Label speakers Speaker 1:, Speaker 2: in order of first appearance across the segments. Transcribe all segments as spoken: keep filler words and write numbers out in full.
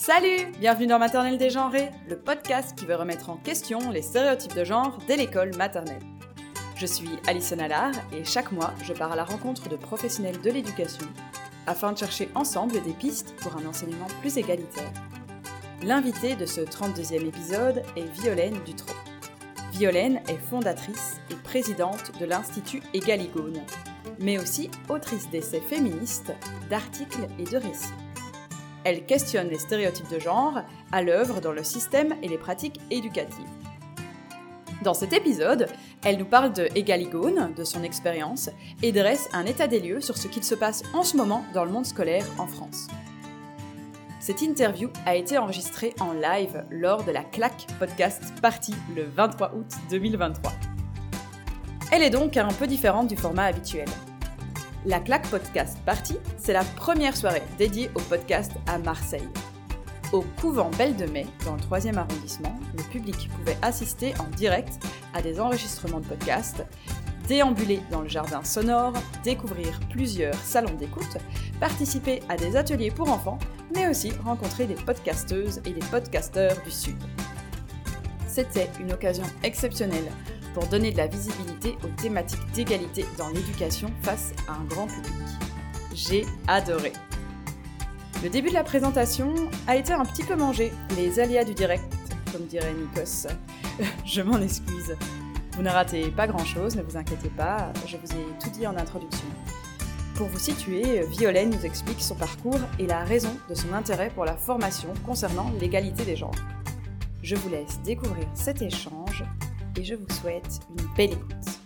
Speaker 1: Salut! Bienvenue dans Maternelle dégenrée, le podcast qui veut remettre en question les stéréotypes de genre dès l'école maternelle. Je suis Alison Allard et chaque mois, je pars à la rencontre de professionnels de l'éducation afin de chercher ensemble des pistes pour un enseignement plus égalitaire. L'invitée de ce trente-deuxième épisode est Violaine Dutrot. Violaine est fondatrice et présidente de l'Institut Egaligone, mais aussi autrice d'essais féministes, d'articles et de récits. Elle questionne les stéréotypes de genre à l'œuvre dans le système et les pratiques éducatives. Dans cet épisode, elle nous parle de Egaligone, de son expérience, et dresse un état des lieux sur ce qu'il se passe en ce moment dans le monde scolaire en France. Cette interview a été enregistrée en live lors de la Claque Podcast Party le vingt-trois août deux mille vingt-trois. Elle est donc un peu différente du format habituel. La Claque Podcast Party, c'est la première soirée dédiée au podcast à Marseille. Au couvent Belle de Mai, dans le troisième arrondissement, le public pouvait assister en direct à des enregistrements de podcasts, déambuler dans le jardin sonore, découvrir plusieurs salons d'écoute, participer à des ateliers pour enfants, mais aussi rencontrer des podcasteuses et des podcasteurs du Sud. C'était une occasion exceptionnelle pour donner de la visibilité aux thématiques d'égalité dans l'éducation face à un grand public. J'ai adoré. Le début de la présentation a été un petit peu mangé, les aléas du direct, comme dirait Nikos. Je m'en excuse. Vous ne ratez pas grand-chose, ne vous inquiétez pas, je vous ai tout dit en introduction. Pour vous situer, Violaine nous explique son parcours et la raison de son intérêt pour la formation concernant l'égalité des genres. Je vous laisse découvrir cet échange et je vous souhaite une belle écoute.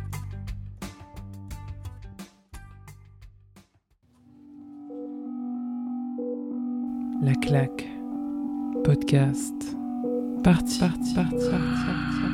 Speaker 2: La Claque Podcast Partie, partie, partie, partie, partie.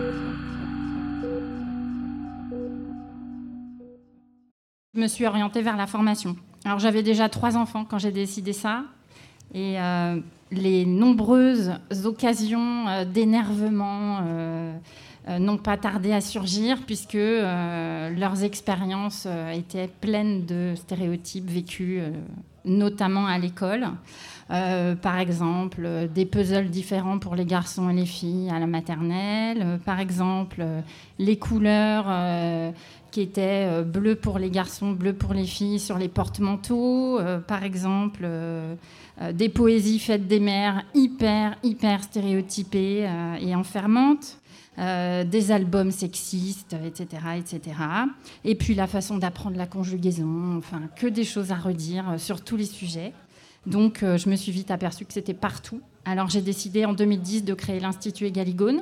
Speaker 3: Je me suis orientée vers la formation. Alors j'avais déjà trois enfants quand j'ai décidé ça, et euh, les nombreuses occasions euh, d'énervement euh, euh, n'ont pas tardé à surgir, puisque euh, leurs expériences euh, étaient pleines de stéréotypes vécus, euh, notamment à l'école. Euh, par exemple, euh, des puzzles différents pour les garçons et les filles à la maternelle. Euh, par exemple, euh, les couleurs euh, qui étaient euh, bleues pour les garçons, bleues pour les filles sur les porte-manteaux. Euh, par exemple, euh, euh, des poésies faites des mères hyper, hyper stéréotypées euh, et enfermantes. Euh, des albums sexistes, et cetera, et cetera. Et puis la façon d'apprendre la conjugaison, enfin, que des choses à redire euh, sur tous les sujets. Donc, euh, je me suis vite aperçue que c'était partout. Alors, j'ai décidé en deux mille dix de créer l'Institut Egaligone.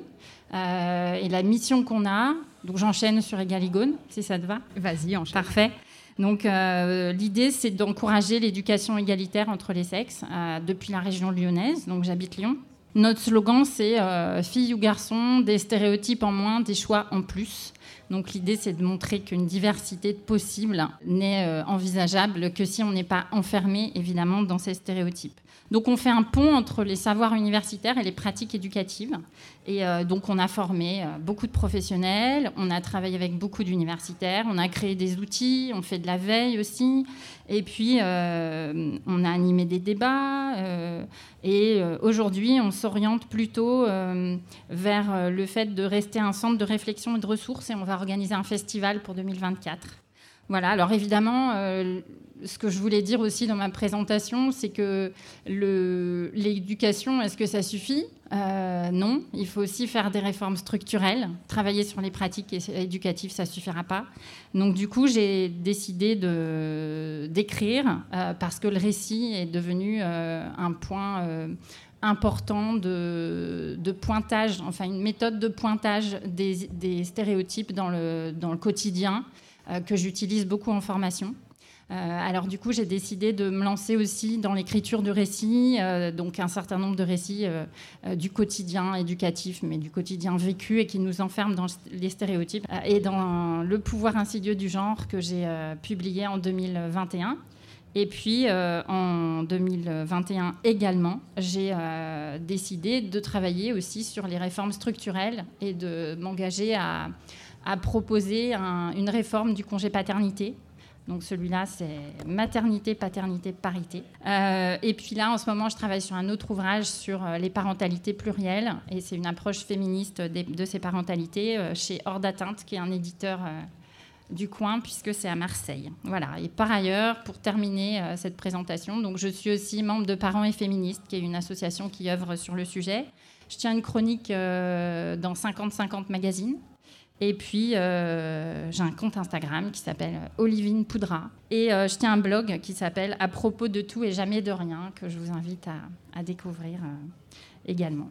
Speaker 3: Euh, et la mission qu'on a, donc j'enchaîne sur Egaligone, si ça te va.
Speaker 4: Vas-y, enchaîne.
Speaker 3: Parfait. Donc, euh, l'idée, c'est d'encourager l'éducation égalitaire entre les sexes euh, depuis la région lyonnaise. Donc, j'habite Lyon. Notre slogan, c'est euh, « Filles ou garçons, des stéréotypes en moins, des choix en plus ». Donc l'idée, c'est de montrer qu'une diversité de possibles n'est euh, envisageable que si on n'est pas enfermé, évidemment, dans ces stéréotypes. Donc on fait un pont entre les savoirs universitaires et les pratiques éducatives. Et euh, donc on a formé euh, beaucoup de professionnels, on a travaillé avec beaucoup d'universitaires, on a créé des outils, on fait de la veille aussi. Et puis euh, on a animé des débats. Euh, et euh, aujourd'hui, on s'oriente plutôt euh, vers euh, le fait de rester un centre de réflexion et de ressources. Et on va organiser un festival pour deux mille vingt-quatre. Voilà, alors évidemment, euh, ce que je voulais dire aussi dans ma présentation, c'est que le, l'éducation, est-ce que ça suffit ? euh, Non, il faut aussi faire des réformes structurelles. Travailler sur les pratiques éducatives, ça ne suffira pas. Donc du coup, j'ai décidé de, d'écrire, euh, parce que le récit est devenu euh, un point euh, important de, de pointage, enfin une méthode de pointage des, des stéréotypes dans le, dans le quotidien, euh, que j'utilise beaucoup en formation. Euh, alors du coup, j'ai décidé de me lancer aussi dans l'écriture de récits, euh, donc un certain nombre de récits euh, euh, du quotidien éducatif, mais du quotidien vécu et qui nous enferment dans les stéréotypes, euh, et dans Le pouvoir insidieux du genre que j'ai euh, publié en deux mille vingt et un. Et puis, euh, en deux mille vingt et un également, j'ai euh, décidé de travailler aussi sur les réformes structurelles et de m'engager à, à proposer un, une réforme du congé paternité Donc celui-là, c'est maternité, paternité, parité. Euh, et puis là, en ce moment, je travaille sur un autre ouvrage sur les parentalités plurielles. Et c'est une approche féministe de, de ces parentalités euh, chez Hors d'Atteinte, qui est un éditeur euh, du coin, puisque c'est à Marseille. Voilà. Et par ailleurs, pour terminer euh, cette présentation, donc je suis aussi membre de Parents et Féministes, qui est une association qui œuvre sur le sujet. Je tiens une chronique euh, dans cinquante cinquante magazine. Et puis, euh, j'ai un compte Instagram qui s'appelle Olivine Poudra. Et euh, je tiens un blog qui s'appelle À propos de tout et jamais de rien, que je vous invite à, à découvrir euh, également.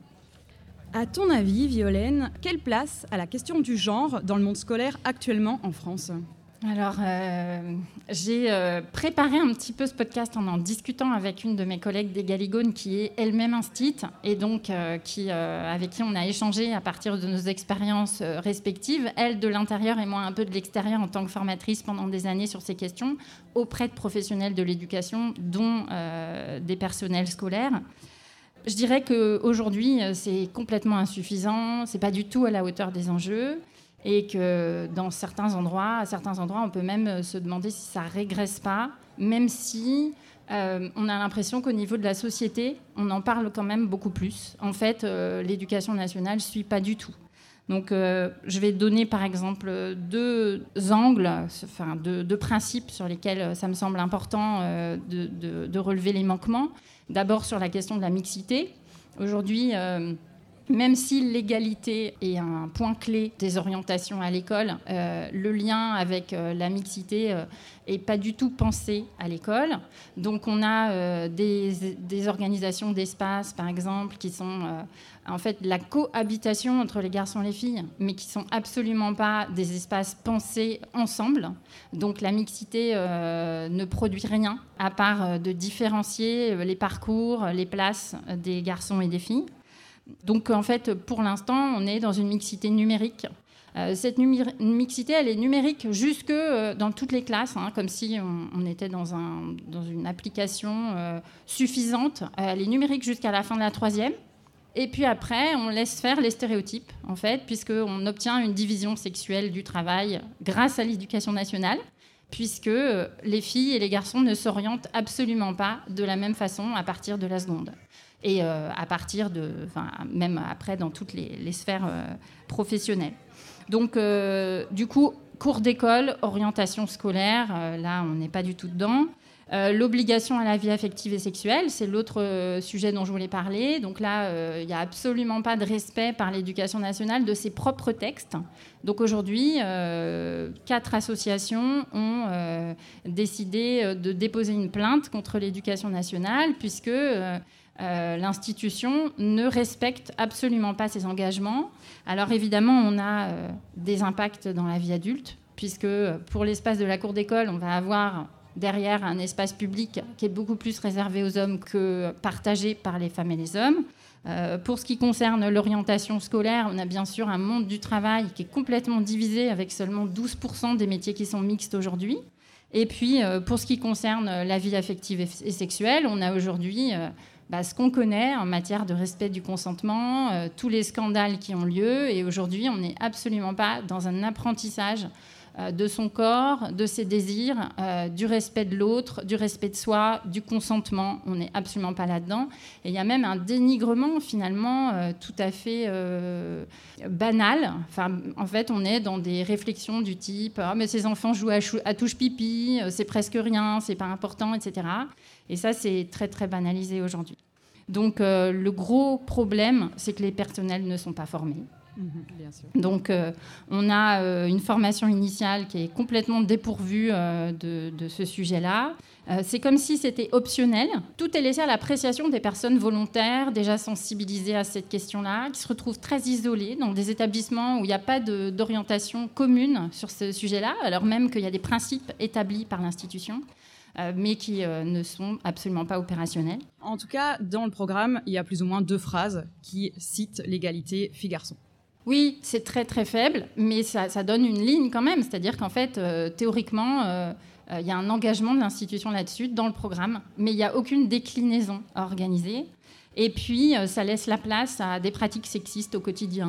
Speaker 1: À ton avis, Violaine, quelle place a la question du genre dans le monde scolaire actuellement en France ?
Speaker 3: Alors, euh, j'ai euh, préparé un petit peu ce podcast en en discutant avec une de mes collègues d'Egaligone qui est elle-même instite et donc euh, qui, euh, avec qui on a échangé à partir de nos expériences euh, respectives, elle de l'intérieur et moi un peu de l'extérieur en tant que formatrice pendant des années sur ces questions auprès de professionnels de l'éducation, dont euh, des personnels scolaires. Je dirais qu'aujourd'hui, c'est complètement insuffisant, c'est pas du tout à la hauteur des enjeux. Et que dans certains endroits, à certains endroits, on peut même se demander si ça régresse pas, même si euh, on a l'impression qu'au niveau de la société, on en parle quand même beaucoup plus. En fait, euh, l'éducation nationale ne suit pas du tout. Donc, euh, je vais donner par exemple deux angles, enfin deux, deux principes sur lesquels ça me semble important euh, de, de, de relever les manquements. D'abord sur la question de la mixité. Aujourd'hui, euh, même si l'égalité est un point clé des orientations à l'école, euh, le lien avec euh, la mixité n'est euh, pas du tout pensé à l'école. Donc on a euh, des, des organisations d'espace, par exemple, qui sont euh, en fait la cohabitation entre les garçons et les filles, mais qui ne sont absolument pas des espaces pensés ensemble. Donc la mixité euh, ne produit rien, à part euh, de différencier les parcours, les places des garçons et des filles. Donc, en fait, pour l'instant, on est dans une mixité numérique. Euh, cette numé- mixité, elle est numérique jusque euh, dans toutes les classes, hein, comme si on, on était dans, un, dans une application euh, suffisante. Elle est numérique jusqu'à la fin de la troisième. Et puis après, on laisse faire les stéréotypes, en fait, puisqu'on obtient une division sexuelle du travail grâce à l'éducation nationale, puisque euh, les filles et les garçons ne s'orientent absolument pas de la même façon à partir de la seconde. Et euh, à partir de, enfin, même après dans toutes les, les sphères euh, professionnelles. Donc, euh, du coup, cours d'école, orientation scolaire, euh, là, on n'est pas du tout dedans. Euh, l'obligation à la vie affective et sexuelle, c'est l'autre euh, sujet dont je voulais parler. Donc là, il euh, n'y a absolument pas de respect par l'éducation nationale de ses propres textes. Donc aujourd'hui, euh, quatre associations ont euh, décidé de déposer une plainte contre l'éducation nationale, puisque... Euh, Euh, l'institution ne respecte absolument pas ses engagements. Alors évidemment, on a euh, des impacts dans la vie adulte, puisque pour l'espace de la cour d'école, on va avoir derrière un espace public qui est beaucoup plus réservé aux hommes que partagé par les femmes et les hommes. Euh, pour ce qui concerne l'orientation scolaire, on a bien sûr un monde du travail qui est complètement divisé, avec seulement douze pour cent des métiers qui sont mixtes aujourd'hui. Et puis, euh, pour ce qui concerne la vie affective et, et sexuelle, on a aujourd'hui... Euh, Bah, ce qu'on connaît en matière de respect du consentement, euh, tous les scandales qui ont lieu. Et aujourd'hui, on n'est absolument pas dans un apprentissage euh, de son corps, de ses désirs, euh, du respect de l'autre, du respect de soi, du consentement. On n'est absolument pas là-dedans. Et il y a même un dénigrement, finalement, euh, tout à fait euh, banal. Enfin, en fait, on est dans des réflexions du type « Ah, mais ces enfants jouent à, chou- à touche-pipi, c'est presque rien, c'est pas important, et cetera » Et ça, c'est très, très banalisé aujourd'hui. Donc, euh, le gros problème, c'est que les personnels ne sont pas formés. Mmh, bien sûr. Donc, euh, on a euh, une formation initiale qui est complètement dépourvue euh, de, de ce sujet-là. Euh, c'est comme si c'était optionnel. Tout est laissé à l'appréciation des personnes volontaires, déjà sensibilisées à cette question-là, qui se retrouvent très isolées dans des établissements où il n'y a pas de, d'orientation commune sur ce sujet-là, alors même qu'il y a des principes établis par l'institution. Euh, mais qui euh, ne sont absolument pas opérationnels.
Speaker 1: En tout cas, dans le programme, il y a plus ou moins deux phrases qui citent l'égalité filles-garçons.
Speaker 3: Oui, c'est très très faible, mais ça, ça donne une ligne quand même. C'est-à-dire qu'en fait, euh, théoriquement, euh, euh, il y a un engagement de l'institution là-dessus, dans le programme, mais il n'y a aucune déclinaison organisée. Et puis, euh, ça laisse la place à des pratiques sexistes au quotidien.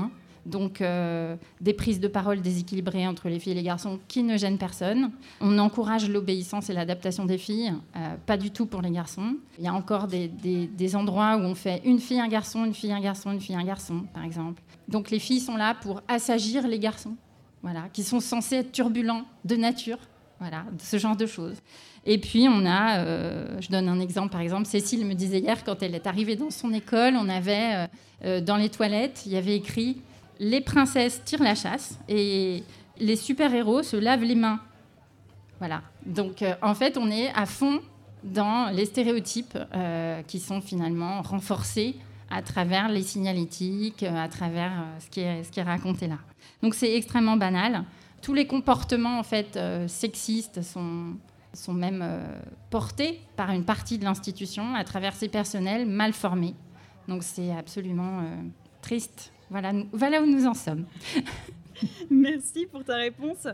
Speaker 3: Donc, euh, des prises de parole déséquilibrées entre les filles et les garçons qui ne gênent personne. On encourage l'obéissance et l'adaptation des filles, euh, pas du tout pour les garçons. Il y a encore des, des, des endroits où on fait une fille, un garçon, une fille, un garçon, une fille, un garçon, par exemple. Donc, les filles sont là pour assagir les garçons, voilà, qui sont censés être turbulents de nature. Voilà, ce genre de choses. Et puis, on a, euh, je donne un exemple, par exemple, Cécile me disait hier, quand elle est arrivée dans son école, on avait, euh, dans les toilettes, il y avait écrit « Les princesses tirent la chasse et les super-héros se lavent les mains ». Voilà. Donc, euh, en fait, on est à fond dans les stéréotypes euh, qui sont finalement renforcés à travers les signalétiques, à travers euh, ce qui est, ce qui est raconté là. Donc, c'est extrêmement banal. Tous les comportements en fait, euh, sexistes sont, sont même euh, portés par une partie de l'institution à travers ces personnels mal formés. Donc c'est absolument euh, triste. Voilà, nous, voilà où nous en sommes.
Speaker 1: Merci pour ta réponse.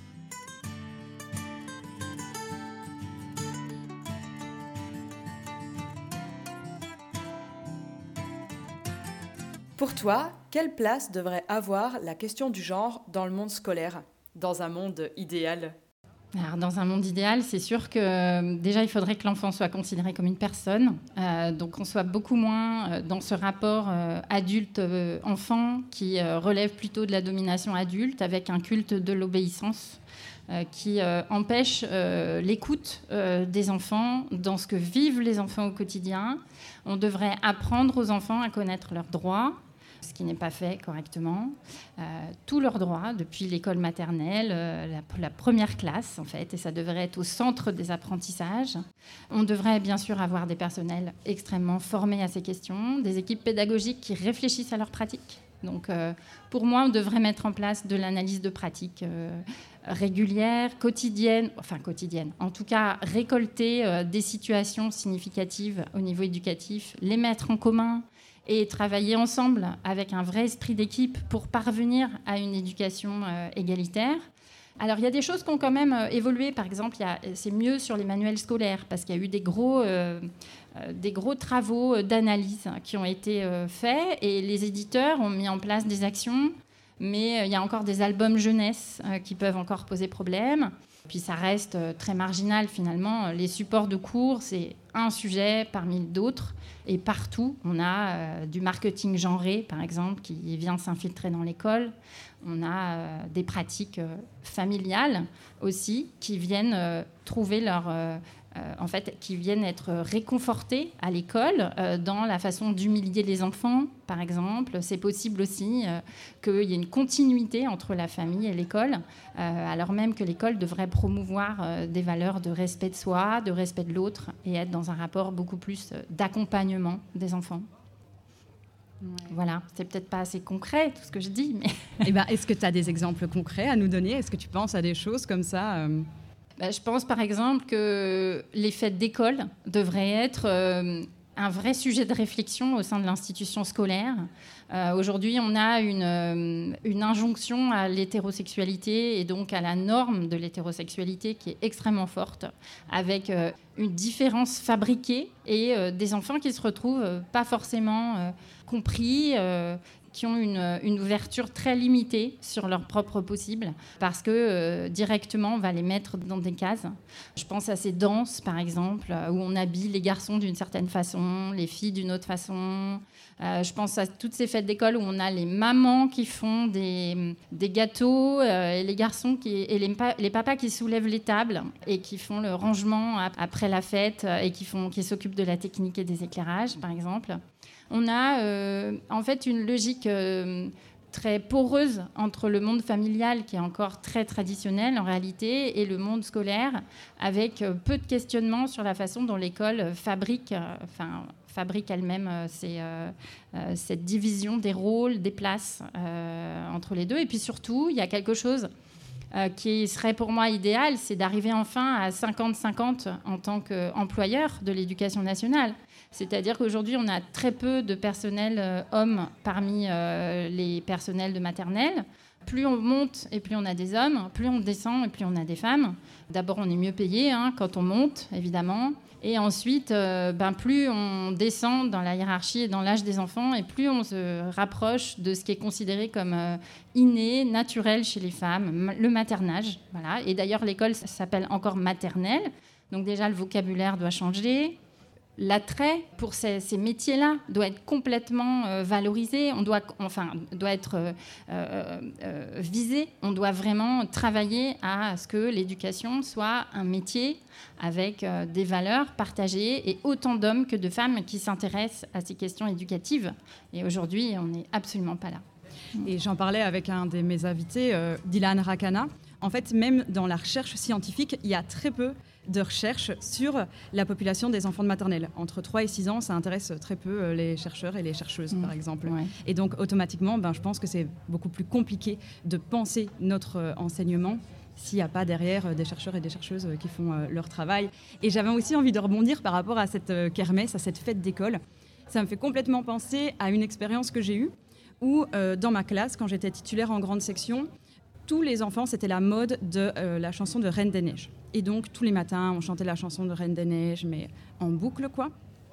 Speaker 1: Pour toi, quelle place devrait avoir la question du genre dans le monde scolaire ? Dans un monde idéal ?
Speaker 3: Alors, dans un monde idéal, c'est sûr que euh, déjà, il faudrait que l'enfant soit considéré comme une personne. Euh, donc, on soit beaucoup moins euh, dans ce rapport euh, adulte-enfant qui euh, relève plutôt de la domination adulte avec un culte de l'obéissance euh, qui euh, empêche euh, l'écoute euh, des enfants dans ce que vivent les enfants au quotidien. On devrait apprendre aux enfants à connaître leurs droits, ce qui n'est pas fait correctement, euh, tous leurs droits depuis l'école maternelle, euh, la, la première classe en fait, et ça devrait être au centre des apprentissages. On devrait bien sûr avoir des personnels extrêmement formés à ces questions, des équipes pédagogiques qui réfléchissent à leurs pratiques. Donc euh, pour moi, on devrait mettre en place de l'analyse de pratiques euh, régulière, quotidienne, enfin quotidienne, en tout cas récolter euh, des situations significatives au niveau éducatif, les mettre en commun, et travailler ensemble avec un vrai esprit d'équipe pour parvenir à une éducation euh, égalitaire. Alors, il y a des choses qui ont quand même euh, évolué. Par exemple, il y a, c'est mieux sur les manuels scolaires parce qu'il y a eu des gros, euh, euh, des gros travaux d'analyse qui ont été euh, faits et les éditeurs ont mis en place des actions, mais euh, il y a encore des albums jeunesse euh, qui peuvent encore poser problème. Puis ça reste euh, très marginal finalement. Les supports de cours, c'est un sujet parmi d'autres. Et partout, on a euh, du marketing genré, par exemple, qui vient s'infiltrer dans l'école. On a euh, des pratiques euh, familiales aussi qui viennent euh, trouver leur... Euh, euh, en fait, qui viennent être réconfortées à l'école euh, dans la façon d'humilier les enfants, par exemple. C'est possible aussi euh, qu'il y ait une continuité entre la famille et l'école, euh, alors même que l'école devrait promouvoir euh, des valeurs de respect de soi, de respect de l'autre, et être dans un rapport beaucoup plus euh, d'accompagnement des enfants. Ouais. Voilà, c'est peut-être pas assez concret tout ce que je dis, mais...
Speaker 1: Eh ben, est-ce que tu as des exemples concrets à nous donner ? Est-ce que tu penses à des choses comme ça euh...
Speaker 3: Ben, je pense par exemple que les fêtes d'école devraient être euh, un vrai sujet de réflexion au sein de l'institution scolaire. Euh, aujourd'hui, on a une, euh, une injonction à l'hétérosexualité et donc à la norme de l'hétérosexualité qui est extrêmement forte, avec euh, une différence fabriquée et euh, des enfants qui se retrouvent euh, pas forcément euh, compris, euh, qui ont une, une ouverture très limitée sur leurs propres possibles, parce que euh, directement, on va les mettre dans des cases. Je pense à ces danses, par exemple, où on habille les garçons d'une certaine façon, les filles d'une autre façon. Euh, je pense à toutes ces fêtes d'école où on a les mamans qui font des, des gâteaux, euh, et les garçons qui, et les, les papas qui soulèvent les tables et qui font le rangement après la fête et qui, font, qui s'occupent de la technique et des éclairages, par exemple. On a euh, en fait une logique euh, très poreuse entre le monde familial, qui est encore très traditionnel en réalité, et le monde scolaire, avec euh, peu de questionnements sur la façon dont l'école fabrique, euh, enfin, fabrique elle-même euh, ces, euh, euh, cette division des rôles, des places euh, entre les deux. Et puis surtout, il y a quelque chose euh, qui serait pour moi idéal, c'est d'arriver enfin à cinquante cinquante en tant qu'employeur de l'éducation nationale. C'est-à-dire qu'aujourd'hui, on a très peu de personnel euh, hommes parmi euh, les personnels de maternelle. Plus on monte et plus on a des hommes, plus on descend et plus on a des femmes. D'abord, on est mieux payé hein, quand on monte, évidemment. Et ensuite, euh, ben, plus on descend dans la hiérarchie et dans l'âge des enfants, et plus on se rapproche de ce qui est considéré comme euh, inné, naturel chez les femmes, le maternage. Voilà. Et d'ailleurs, l'école ça s'appelle encore maternelle. Donc déjà, le vocabulaire doit changer. L'attrait pour ces, ces métiers-là doit être complètement euh, valorisé, on doit, enfin, doit être euh, euh, euh, visé. On doit vraiment travailler à ce que l'éducation soit un métier avec euh, des valeurs partagées et autant d'hommes que de femmes qui s'intéressent à ces questions éducatives. Et aujourd'hui, on n'est absolument pas là.
Speaker 1: Et j'en parlais avec un de mes invités, euh, Dylan Rakana. En fait, même dans la recherche scientifique, il y a très peu de recherches sur la population des enfants de maternelle. Entre trois et six ans, ça intéresse très peu les chercheurs et les chercheuses, mmh. par exemple. Ouais. Et donc, automatiquement, ben, je pense que c'est beaucoup plus compliqué de penser notre enseignement s'il n'y a pas derrière des chercheurs et des chercheuses qui font leur travail. Et j'avais aussi envie de rebondir par rapport à cette kermesse, à cette fête d'école. Ça me fait complètement penser à une expérience que j'ai eue où, euh, dans ma classe, quand j'étais titulaire en grande section, tous les enfants, c'était la mode de euh, la chanson de Reine des Neiges. Et donc, tous les matins, on chantait la chanson de Reine des Neiges, mais en boucle, quoi.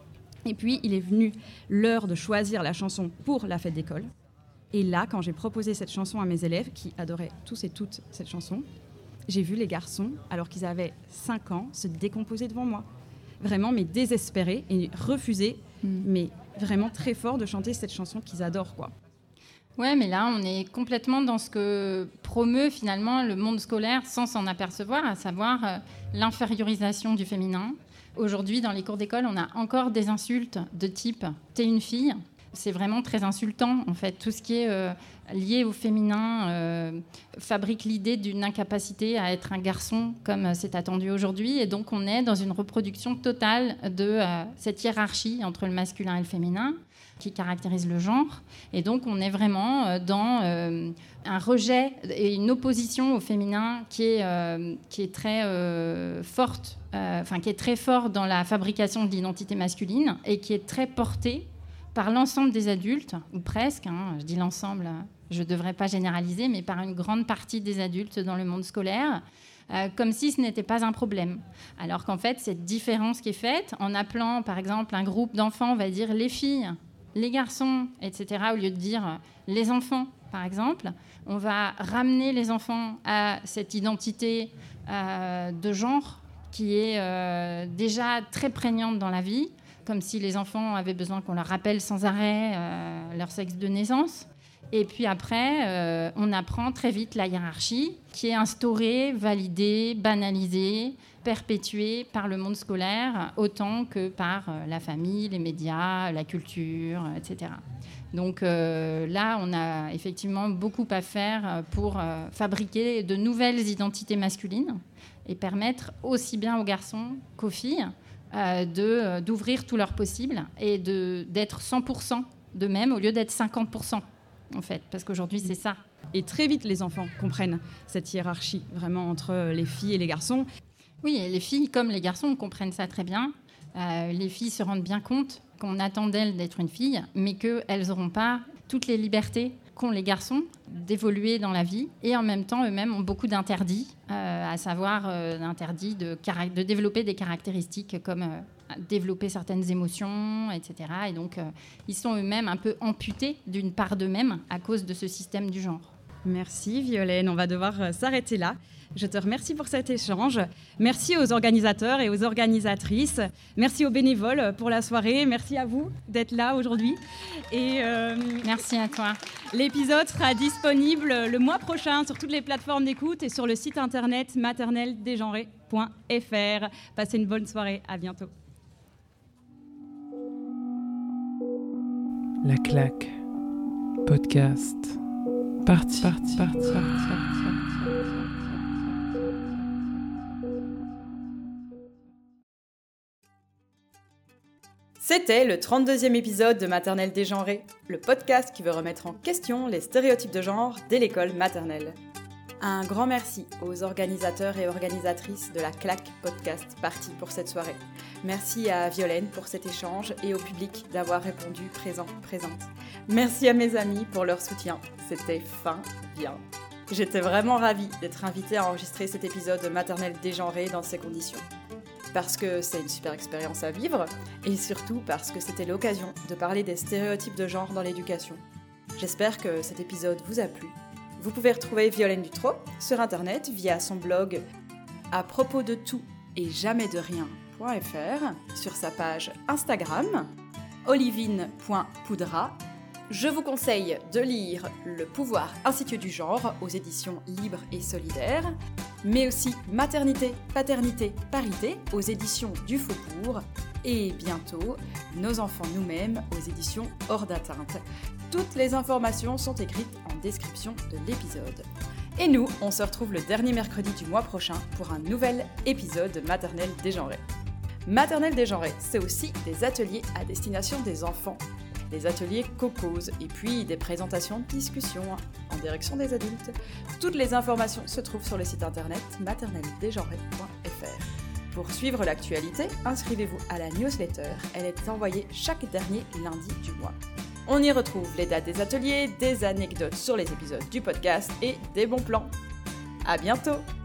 Speaker 1: Et puis, il est venu l'heure de choisir la chanson pour la fête d'école. Et là, quand j'ai proposé cette chanson à mes élèves, qui adoraient tous et toutes cette chanson, j'ai vu les garçons, alors qu'ils avaient cinq ans, se décomposer devant moi. Vraiment, mais désespérés et refuser, mmh. mais vraiment très fort de chanter cette chanson qu'ils adorent, quoi.
Speaker 3: Ouais, mais là, on est complètement dans ce que promeut finalement le monde scolaire sans s'en apercevoir, à savoir euh, l'infériorisation du féminin. Aujourd'hui, dans les cours d'école, on a encore des insultes de type « t'es une fille ». C'est vraiment très insultant, en fait. Tout ce qui est euh, lié au féminin euh, fabrique l'idée d'une incapacité à être un garçon, comme c'est attendu aujourd'hui. Et donc, on est dans une reproduction totale de euh, cette hiérarchie entre le masculin et le féminin qui caractérise le genre. Et donc, on est vraiment dans euh, un rejet et une opposition au féminin qui est, euh, qui est très euh, forte, euh, enfin, qui est très fort dans la fabrication de l'identité masculine et qui est très portée par l'ensemble des adultes, ou presque, hein, je dis l'ensemble, je ne devrais pas généraliser, mais par une grande partie des adultes dans le monde scolaire, euh, comme si ce n'était pas un problème. Alors qu'en fait, cette différence qui est faite, en appelant par exemple un groupe d'enfants, on va dire les filles, les garçons, et cetera, au lieu de dire les enfants, par exemple, on va ramener les enfants à cette identité euh, de genre qui est euh, déjà très prégnante dans la vie, comme si les enfants avaient besoin qu'on leur rappelle sans arrêt euh, leur sexe de naissance. Et puis après, euh, on apprend très vite la hiérarchie qui est instaurée, validée, banalisée, perpétuée par le monde scolaire autant que par euh, la famille, les médias, la culture, et cetera. Donc euh, là, on a effectivement beaucoup à faire pour euh, fabriquer de nouvelles identités masculines et permettre aussi bien aux garçons qu'aux filles euh, de, d'ouvrir tout leur possible et de, d'être cent pour cent d'eux-mêmes au lieu d'être cinquante pour cent. En fait, parce qu'aujourd'hui, c'est ça.
Speaker 1: Et très vite, les enfants comprennent cette hiérarchie, vraiment, entre les filles et les garçons.
Speaker 3: Oui, et les filles, comme les garçons, comprennent ça très bien. Euh, les filles se rendent bien compte qu'on attend d'elles d'être une fille, mais qu'elles n'auront pas toutes les libertés qu'ont les garçons d'évoluer dans la vie. Et en même temps, eux-mêmes ont beaucoup d'interdits, euh, à savoir euh, l'interdit de, caract- de développer des caractéristiques comme... Euh, développer certaines émotions, et cetera. Et donc, euh, ils sont eux-mêmes un peu amputés d'une part d'eux-mêmes à cause de ce système du genre.
Speaker 1: Merci Violaine, on va devoir euh, s'arrêter là. Je te remercie pour cet échange. Merci aux organisateurs et aux organisatrices. Merci aux bénévoles pour la soirée. Merci à vous d'être là aujourd'hui. Et euh,
Speaker 3: merci à toi.
Speaker 1: L'épisode sera disponible le mois prochain sur toutes les plateformes d'écoute et sur le site internet maternelle dégenrée point f r. Passez une bonne soirée. À bientôt.
Speaker 2: La claque. Podcast. Parti. Parti. Parti. Parti. Parti.
Speaker 1: C'était le trente-deuxième épisode de Maternelle dégenrée, le podcast qui veut remettre en question les stéréotypes de genre dès l'école maternelle. Un grand merci aux organisateurs et organisatrices de la Claque Podcast Party pour cette soirée. Merci à Violaine pour cet échange et au public d'avoir répondu présent, présente. Merci à mes amis pour leur soutien, c'était fin bien. J'étais vraiment ravie d'être invitée à enregistrer cet épisode maternel dégenré dans ces conditions. Parce que c'est une super expérience à vivre, et surtout parce que c'était l'occasion de parler des stéréotypes de genre dans l'éducation. J'espère que cet épisode vous a plu. Vous pouvez retrouver Violaine Dutrot sur internet via son blog à propos de tout et jamais de rien.fr, sur sa page Instagram olivine point poudra. Je vous conseille de lire Le pouvoir insidieux du genre aux éditions Libres et Solidaires, mais aussi Maternité, Paternité, Parité aux éditions du Faubourg et bientôt Nos enfants nous-mêmes aux éditions Hors d'atteinte. Toutes les informations sont écrites en description de l'épisode. Et nous, on se retrouve le dernier mercredi du mois prochain pour un nouvel épisode de Maternelle dégenrée. Maternelle dégenrée, c'est aussi des ateliers à destination des enfants, des ateliers cocos et puis des présentations de discussions en direction des adultes. Toutes les informations se trouvent sur le site internet maternelle dégenrée point f r. Pour suivre l'actualité, inscrivez-vous à la newsletter, elle est envoyée chaque dernier lundi du mois. On y retrouve les dates des ateliers, des anecdotes sur les épisodes du podcast et des bons plans. À bientôt!